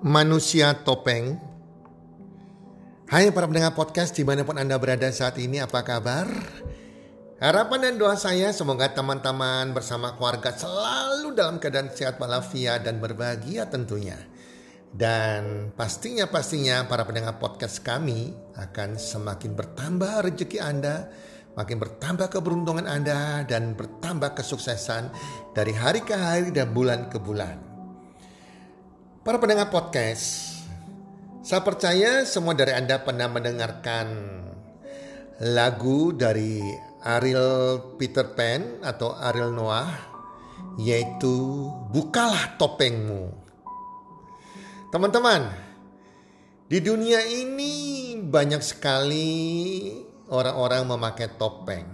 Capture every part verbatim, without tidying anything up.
Manusia Topeng. Hai para pendengar podcast dimanapun Anda berada saat ini, apa kabar? Harapan dan doa saya semoga teman-teman bersama keluarga selalu dalam keadaan sehat walafiat dan berbahagia tentunya. Dan pastinya-pastinya para pendengar podcast kami akan semakin bertambah rezeki Anda, makin bertambah keberuntungan Anda, dan bertambah kesuksesan dari hari ke hari dan bulan ke bulan. Para pendengar podcast, saya percaya semua dari Anda pernah mendengarkan lagu dari Ariel Peter Pan atau Ariel Noah, yaitu Bukalah Topengmu. Teman-teman, di dunia ini banyak sekali orang-orang memakai topeng.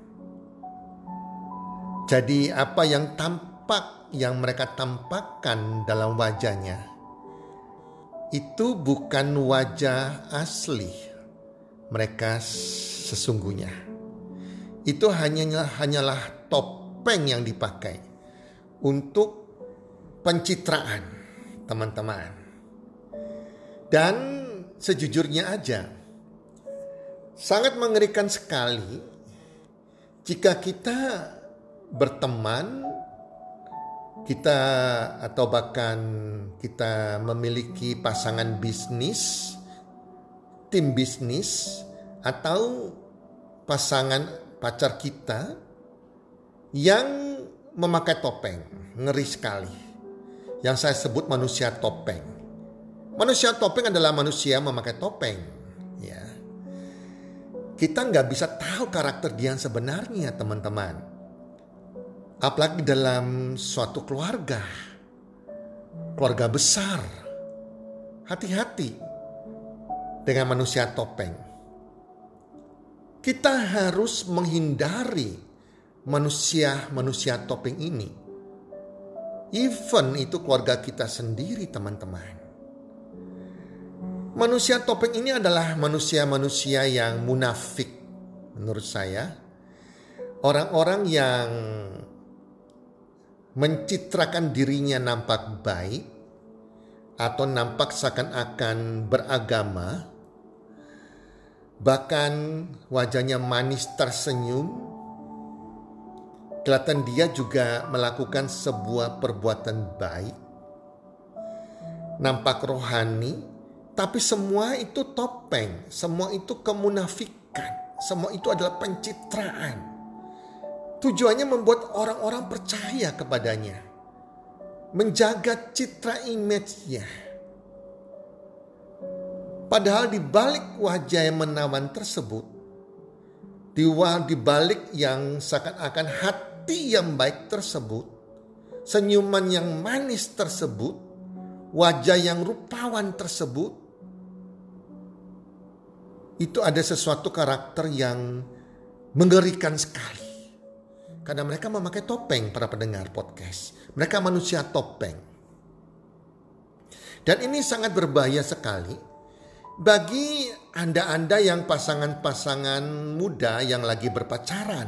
Jadi apa yang tampak, yang mereka tampakkan dalam wajahnya, itu bukan wajah asli mereka sesungguhnya. Itu hanyalah, hanyalah topeng yang dipakai untuk pencitraan, teman-teman. Dan sejujurnya aja, sangat mengerikan sekali jika kita berteman, kita atau bahkan kita memiliki pasangan bisnis, tim bisnis, atau pasangan pacar kita yang memakai topeng. Ngeri sekali. Yang saya sebut manusia topeng. Manusia topeng adalah manusia memakai topeng. Ya. Kita nggak bisa tahu karakter dia yang sebenarnya, teman-teman. Apalagi dalam suatu keluarga, keluarga besar. Hati-hati dengan manusia topeng. Kita harus menghindari manusia-manusia topeng ini. Even itu keluarga kita sendiri, teman-teman. Manusia topeng ini adalah manusia-manusia yang munafik menurut saya. Orang-orang yang mencitrakan dirinya nampak baik atau nampak seakan-akan beragama, bahkan wajahnya manis tersenyum, kelihatan dia juga melakukan sebuah perbuatan baik, nampak rohani, tapi semua itu topeng, semua itu kemunafikan, semua itu adalah pencitraan. Tujuannya membuat orang-orang percaya kepadanya, menjaga citra image-nya. Padahal di balik wajah yang menawan tersebut, di balik yang seakan-akan hati yang baik tersebut, senyuman yang manis tersebut, wajah yang rupawan tersebut, itu ada sesuatu karakter yang mengerikan sekali. Karena mereka memakai topeng, para pendengar podcast. Mereka manusia topeng. Dan ini sangat berbahaya sekali bagi Anda-Anda yang pasangan-pasangan muda yang lagi berpacaran.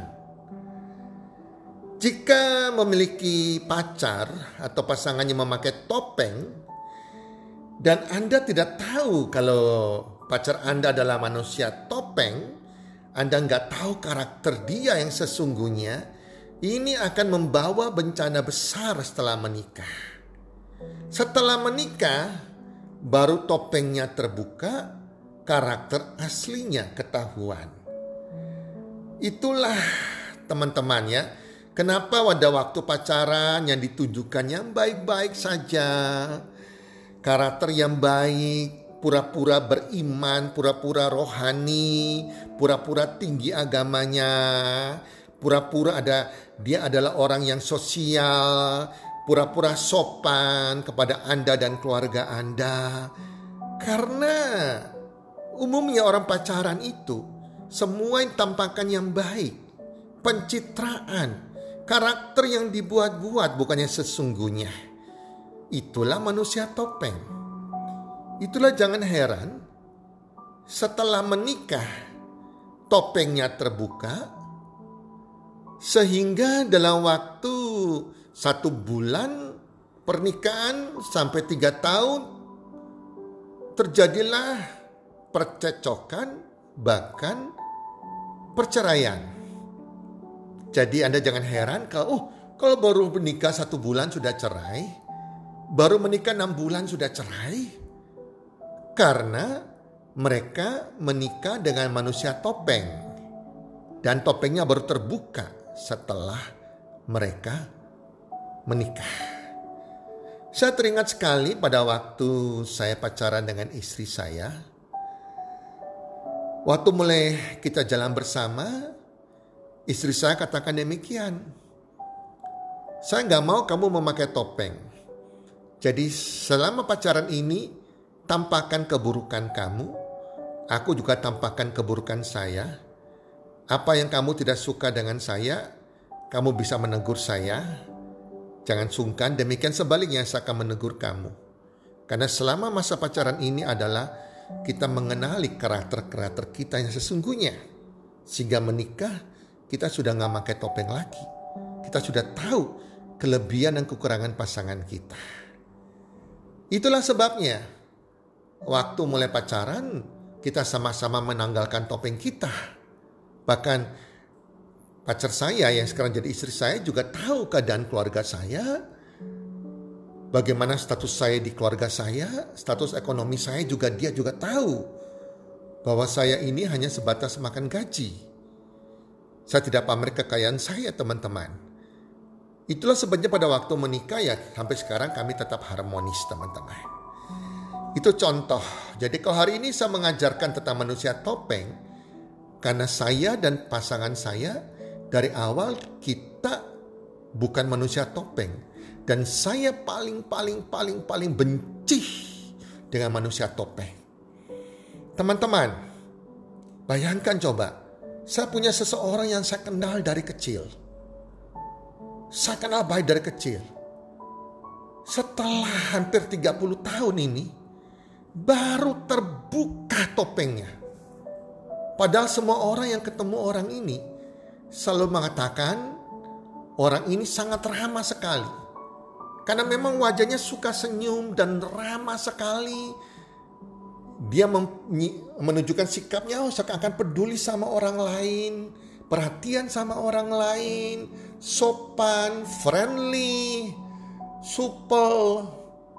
Jika memiliki pacar atau pasangannya memakai topeng, dan Anda tidak tahu kalau pacar Anda adalah manusia topeng, Anda nggak tahu karakter dia yang sesungguhnya, ini akan membawa bencana besar setelah menikah. Setelah menikah, baru topengnya terbuka, karakter aslinya ketahuan. Itulah teman-teman ya, kenapa pada waktu pacaran yang ditunjukkan yang baik-baik saja, karakter yang baik, pura-pura beriman, pura-pura rohani, pura-pura tinggi agamanya, pura-pura ada dia adalah orang yang sosial, pura-pura sopan kepada Anda dan keluarga Anda. Karena umumnya orang pacaran itu semua yang tampakkan yang baik, pencitraan, karakter yang dibuat-buat bukannya sesungguhnya. Itulah manusia topeng. Itulah jangan heran setelah menikah topengnya terbuka, sehingga dalam waktu satu bulan pernikahan sampai tiga tahun terjadilah percecokan, bahkan perceraian. Jadi Anda jangan heran kalau oh, kalau baru menikah satu bulan sudah cerai, baru menikah enam bulan sudah cerai, karena mereka menikah dengan manusia topeng, dan topengnya baru terbuka setelah mereka menikah. Saya teringat sekali pada waktu saya pacaran dengan istri saya. Waktu mulai kita jalan bersama, istri saya katakan demikian. Saya gak mau kamu memakai topeng. Jadi selama pacaran ini, tampakkan keburukan kamu. Aku juga tampakkan keburukan saya. Apa yang kamu tidak suka dengan saya, kamu bisa menegur saya. Jangan sungkan, demikian sebaliknya saya akan menegur kamu. Karena selama masa pacaran ini adalah kita mengenali karakter-karakter kita yang sesungguhnya. Sehingga menikah, kita sudah gak pakai topeng lagi. Kita sudah tahu kelebihan dan kekurangan pasangan kita. Itulah sebabnya, waktu mulai pacaran, kita sama-sama menanggalkan topeng kita. Bahkan pacar saya yang sekarang jadi istri saya juga tahu keadaan keluarga saya. Bagaimana status saya di keluarga saya, status ekonomi saya juga dia juga tahu. Bahwa saya ini hanya sebatas makan gaji. Saya tidak pamer kekayaan saya, teman-teman. Itulah sebabnya pada waktu menikah ya sampai sekarang kami tetap harmonis, teman-teman. Itu contoh. Jadi kalau hari ini saya mengajarkan tentang manusia topeng, karena saya dan pasangan saya dari awal kita bukan manusia topeng. Dan saya paling paling paling paling benci dengan manusia topeng. Teman-teman, bayangkan coba. Saya punya seseorang yang saya kenal dari kecil. Saya kenal baik dari kecil. Setelah hampir tiga puluh tahun ini, baru terbuka topengnya. Padahal semua orang yang ketemu orang ini selalu mengatakan orang ini sangat ramah sekali. Karena memang wajahnya suka senyum dan ramah sekali. Dia menunjukkan sikapnya, oh seakan-akan peduli sama orang lain. Perhatian sama orang lain. Sopan, friendly, supel.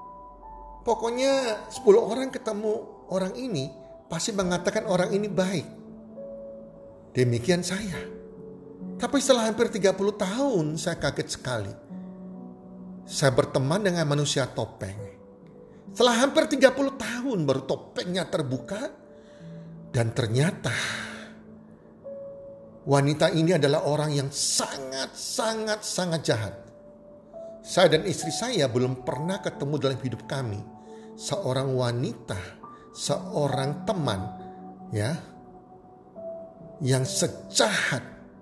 Pokoknya sepuluh orang ketemu orang ini pasti mengatakan orang ini baik. Demikian saya. Tapi setelah hampir tiga puluh tahun saya kaget sekali. Saya berteman dengan manusia topeng. Setelah hampir tiga puluh tahun baru topengnya terbuka. Dan ternyata wanita ini adalah orang yang sangat-sangat-sangat jahat. Saya dan istri saya belum pernah ketemu dalam hidup kami seorang wanita, seorang teman ya yang sejahat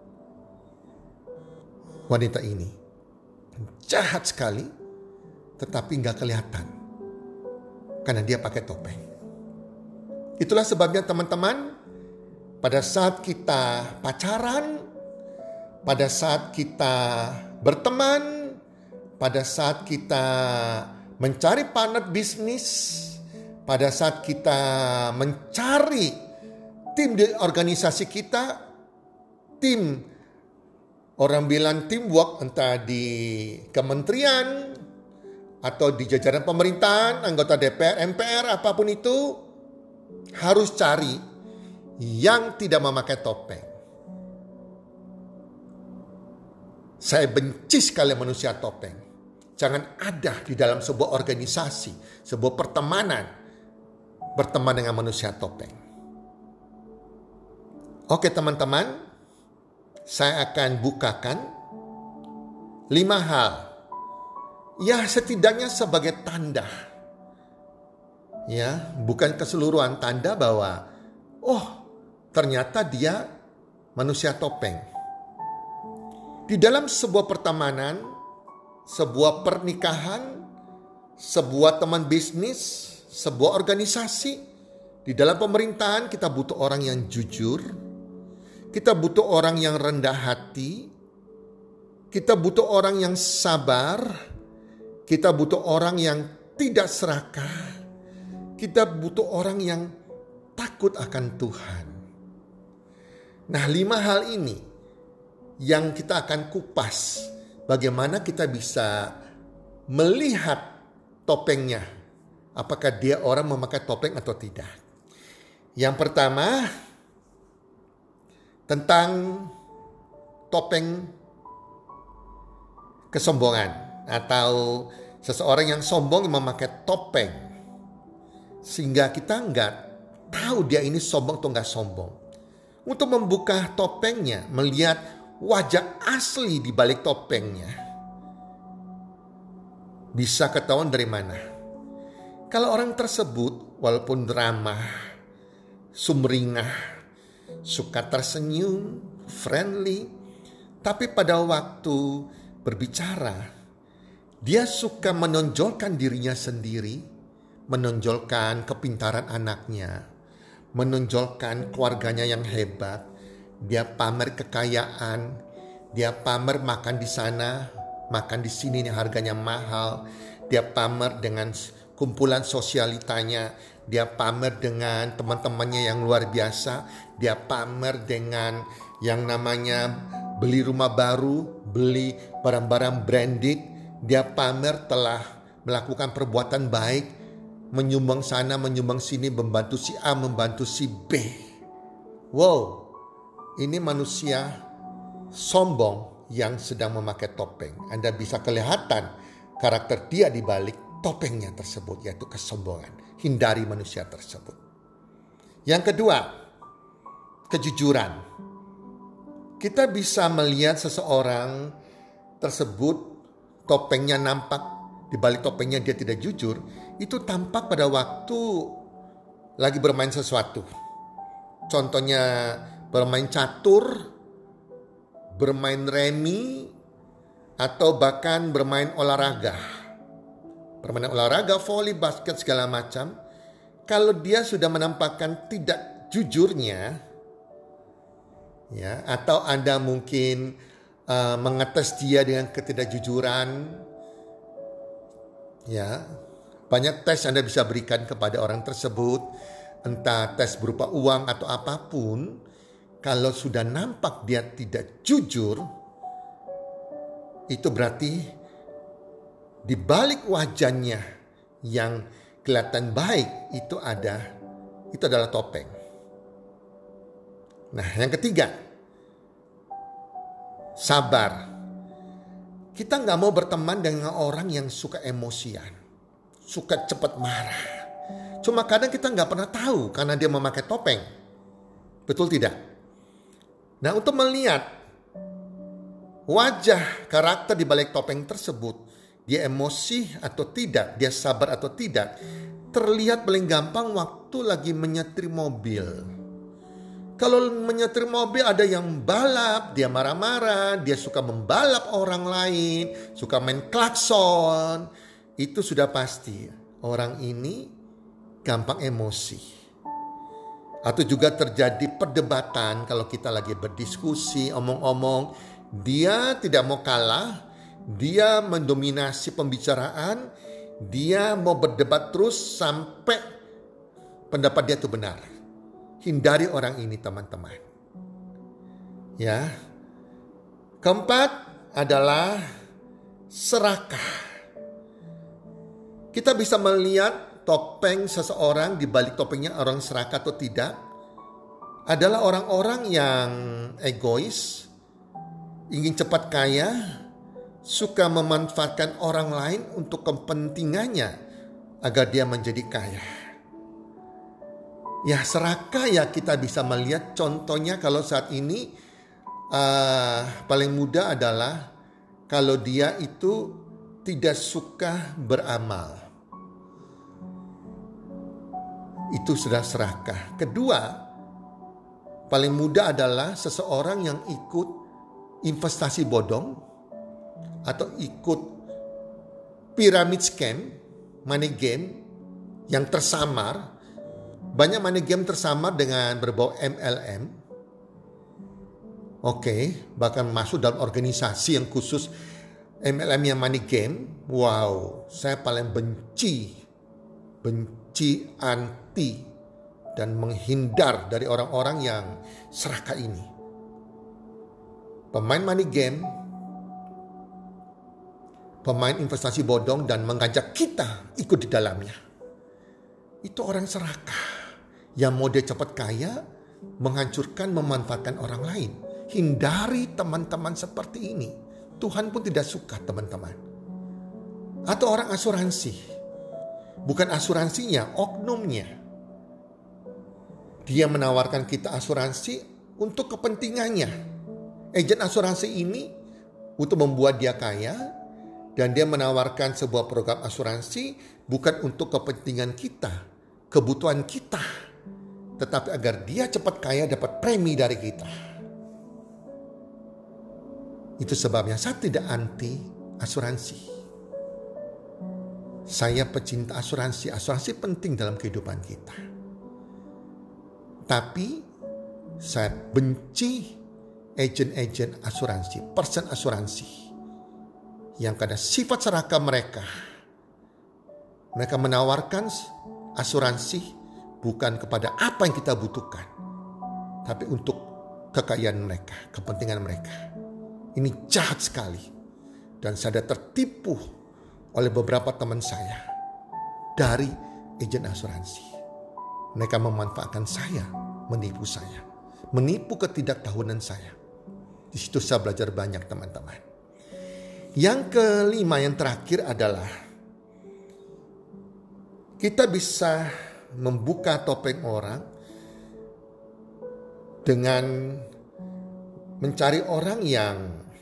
wanita ini. Jahat sekali, tetapi gak kelihatan. Karena dia pakai topeng. Itulah sebabnya teman-teman, pada saat kita pacaran, pada saat kita berteman, pada saat kita mencari partner bisnis, pada saat kita mencari tim di organisasi kita, tim orang bilang teamwork entah di kementerian atau di jajaran pemerintahan, anggota D P R, M P R, apapun itu harus cari yang tidak memakai topeng. Saya benci sekali manusia topeng. Jangan ada di dalam sebuah organisasi, sebuah pertemanan berteman dengan manusia topeng. Oke teman-teman, saya akan bukakan lima hal. Ya setidaknya sebagai tanda. Ya, bukan keseluruhan tanda bahwa oh ternyata dia manusia topeng. Di dalam sebuah pertemanan, sebuah pernikahan, sebuah teman bisnis, sebuah organisasi, di dalam pemerintahan kita butuh orang yang jujur. Kita butuh orang yang rendah hati. Kita butuh orang yang sabar. Kita butuh orang yang tidak serakah. Kita butuh orang yang takut akan Tuhan. Nah, lima hal ini yang kita akan kupas. Bagaimana kita bisa melihat topengnya. Apakah dia orang memakai topeng atau tidak. Yang pertama, tentang topeng kesombongan. Atau seseorang yang sombong yang memakai topeng. Sehingga kita nggak tahu dia ini sombong atau nggak sombong. Untuk membuka topengnya, melihat wajah asli di balik topengnya. Bisa ketahuan dari mana? Kalau orang tersebut walaupun ramah, sumringah, suka tersenyum, friendly, tapi pada waktu berbicara, dia suka menonjolkan dirinya sendiri, menonjolkan kepintaran anaknya, menonjolkan keluarganya yang hebat. Dia pamer kekayaan, dia pamer makan di sana, makan di sini nih harganya mahal. Dia pamer dengan kumpulan sosialitanya, dia pamer dengan teman-temannya yang luar biasa, dia pamer dengan yang namanya beli rumah baru, beli barang-barang branded, dia pamer telah melakukan perbuatan baik, menyumbang sana, menyumbang sini, membantu si A, membantu si B. Wow, ini manusia sombong yang sedang memakai topeng. Anda bisa kelihatan karakter dia di balik topengnya tersebut, yaitu kesombongan. Hindari manusia tersebut. Yang kedua, kejujuran. Kita bisa melihat seseorang tersebut, topengnya nampak, di balik topengnya dia tidak jujur. Itu tampak pada waktu lagi bermain sesuatu. Contohnya bermain catur, bermain remi, atau bahkan bermain olahraga. Bermain olahraga, voli, basket, segala macam. Kalau dia sudah menampakkan tidak jujurnya, ya, atau Anda mungkin uh, mengetes dia dengan ketidakjujuran, ya. Banyak tes Anda bisa berikan kepada orang tersebut, entah tes berupa uang atau apapun. Kalau sudah nampak dia tidak jujur, itu berarti di balik wajahnya yang kelihatan baik itu ada, itu adalah topeng. Nah, yang ketiga, sabar. Kita nggak mau berteman dengan orang yang suka emosian, suka cepat marah. Cuma kadang kita nggak pernah tahu karena dia memakai topeng. Betul tidak? Nah, untuk melihat wajah karakter di balik topeng tersebut, dia emosi atau tidak, dia sabar atau tidak, terlihat paling gampang waktu lagi menyetir mobil. Kalau menyetir mobil ada yang balap, dia marah-marah, dia suka membalap orang lain, suka main klakson. Itu sudah pasti orang ini gampang emosi. Atau juga terjadi perdebatan kalau kita lagi berdiskusi, omong-omong. Dia tidak mau kalah, dia mendominasi pembicaraan, dia mau berdebat terus sampai pendapat dia itu benar. Hindari orang ini, teman-teman. Ya. Keempat adalah serakah. Kita bisa melihat topeng seseorang, di balik topengnya orang serakah atau tidak, adalah orang-orang yang egois, ingin cepat kaya, suka memanfaatkan orang lain untuk kepentingannya agar dia menjadi kaya. Ya, serakah ya kita bisa melihat contohnya kalau saat ini uh, paling mudah adalah kalau dia itu tidak suka beramal. Itu sudah serakah. Kedua, paling mudah adalah seseorang yang ikut investasi bodong atau ikut pyramid scam, money game yang tersamar. Banyak money game tersamar dengan berbau M L M. Oke, bahkan masuk dalam organisasi yang khusus M L M yang money game. Wow, saya paling benci, benci benci, anti, dan menghindar dari orang-orang yang serakah ini. Pemain money game, pemain investasi bodong dan mengajak kita ikut di dalamnya. Itu orang serakah yang mau dia cepat kaya, menghancurkan, memanfaatkan orang lain. Hindari teman-teman seperti ini. Tuhan pun tidak suka teman-teman. Atau orang asuransi. Bukan asuransinya, oknumnya. Dia menawarkan kita asuransi untuk kepentingannya. Agen asuransi ini untuk membuat dia kaya. Dan dia menawarkan sebuah program asuransi bukan untuk kepentingan kita, kebutuhan kita. Tetapi agar dia cepat kaya dapat premi dari kita. Itu sebabnya saya tidak anti asuransi. Saya pecinta asuransi. Asuransi penting dalam kehidupan kita. Tapi saya benci agen-agen asuransi, person asuransi. Yang karena sifat serakah mereka. Mereka menawarkan asuransi bukan kepada apa yang kita butuhkan. Tapi untuk kekayaan mereka, kepentingan mereka. Ini jahat sekali. Dan saya tertipu oleh beberapa teman saya dari agen asuransi. Mereka memanfaatkan saya, menipu saya. Menipu ketidaktahuan saya. Di situ saya belajar banyak teman-teman. Yang kelima, yang terakhir adalah kita bisa membuka topeng orang dengan mencari orang yang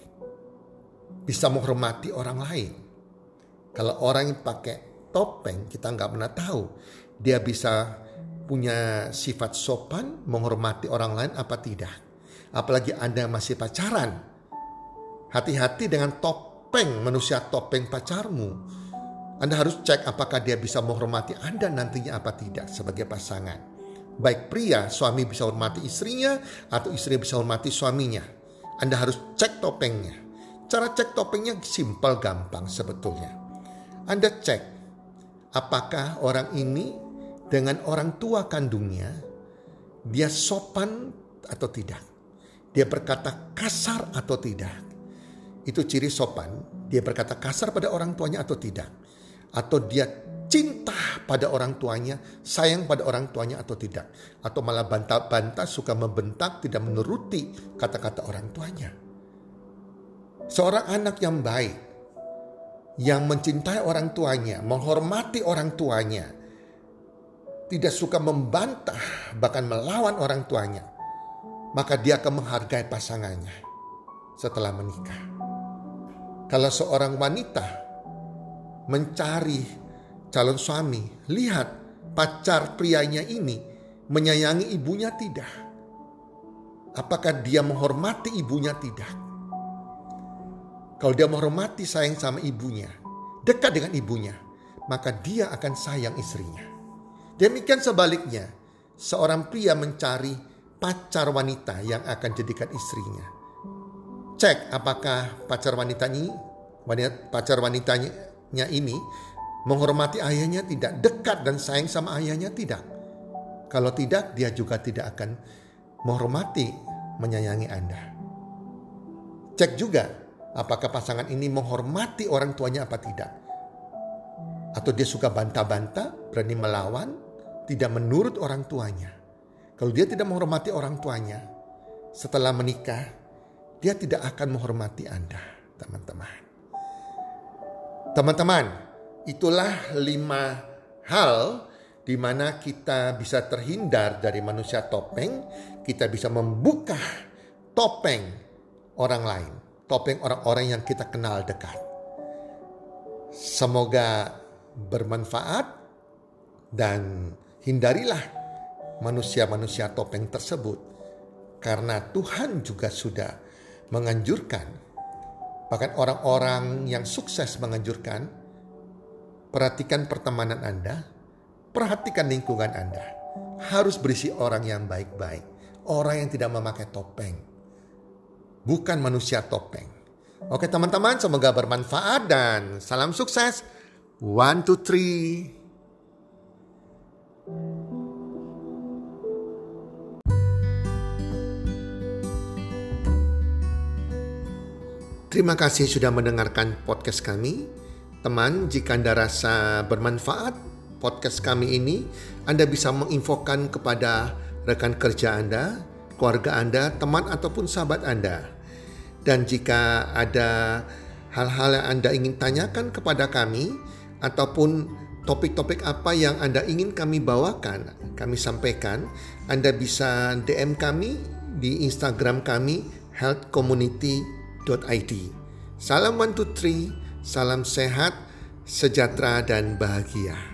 bisa menghormati orang lain. Kalau orang yang pakai topeng, kita nggak pernah tahu dia bisa punya sifat sopan, menghormati orang lain apa tidak. Apalagi Anda masih pacaran. Hati-hati dengan topeng, manusia topeng pacarmu. Anda harus cek apakah dia bisa menghormati Anda nantinya apa tidak sebagai pasangan. Baik pria, suami bisa hormati istrinya atau istri bisa hormati suaminya. Anda harus cek topengnya. Cara cek topengnya simpel, gampang sebetulnya. Anda cek apakah orang ini dengan orang tua kandungnya dia sopan atau tidak. Dia berkata kasar atau tidak. Itu ciri sopan. Dia berkata kasar pada orang tuanya atau tidak. Atau dia cinta pada orang tuanya, sayang pada orang tuanya atau tidak. Atau malah bantah-bantah, suka membentak, tidak menuruti kata-kata orang tuanya. Seorang anak yang baik, yang mencintai orang tuanya, menghormati orang tuanya, tidak suka membantah, bahkan melawan orang tuanya, maka dia akan menghargai pasangannya setelah menikah. Kalau seorang wanita mencari calon suami, lihat pacar prianya ini menyayangi ibunya tidak. Apakah dia menghormati ibunya tidak? Kalau dia menghormati, sayang sama ibunya, dekat dengan ibunya, maka dia akan sayang istrinya. Demikian sebaliknya, seorang pria mencari pacar wanita yang akan jadikan istrinya. Cek apakah pacar wanitanya, wanita, pacar wanitanya ini menghormati ayahnya tidak, dekat dan sayang sama ayahnya tidak. Kalau tidak, dia juga tidak akan menghormati, menyayangi Anda. Cek juga apakah pasangan ini menghormati orang tuanya apa tidak. Atau dia suka bantah-bantah, berani melawan, tidak menurut orang tuanya. Kalau dia tidak menghormati orang tuanya, setelah menikah, dia tidak akan menghormati Anda, teman-teman. Teman-teman, itulah lima hal di mana kita bisa terhindar dari manusia topeng. Kita bisa membuka topeng orang lain. Topeng orang-orang yang kita kenal dekat. Semoga bermanfaat dan hindarilah manusia-manusia topeng tersebut. Karena Tuhan juga sudah menganjurkan, bahkan orang-orang yang sukses menganjurkan, perhatikan pertemanan Anda, perhatikan lingkungan Anda. Harus berisi orang yang baik-baik, orang yang tidak memakai topeng, bukan manusia topeng. Oke teman-teman, semoga bermanfaat dan salam sukses. One, two, three. Terima kasih sudah mendengarkan podcast kami. Teman, jika Anda rasa bermanfaat podcast kami ini, Anda bisa menginfokan kepada rekan kerja Anda, keluarga Anda, teman ataupun sahabat Anda. Dan jika ada hal-hal yang Anda ingin tanyakan kepada kami, ataupun topik-topik apa yang Anda ingin kami bawakan, kami sampaikan, Anda bisa D M kami di Instagram kami health community dot i d. Salam one two three, salam sehat, sejahtera dan bahagia.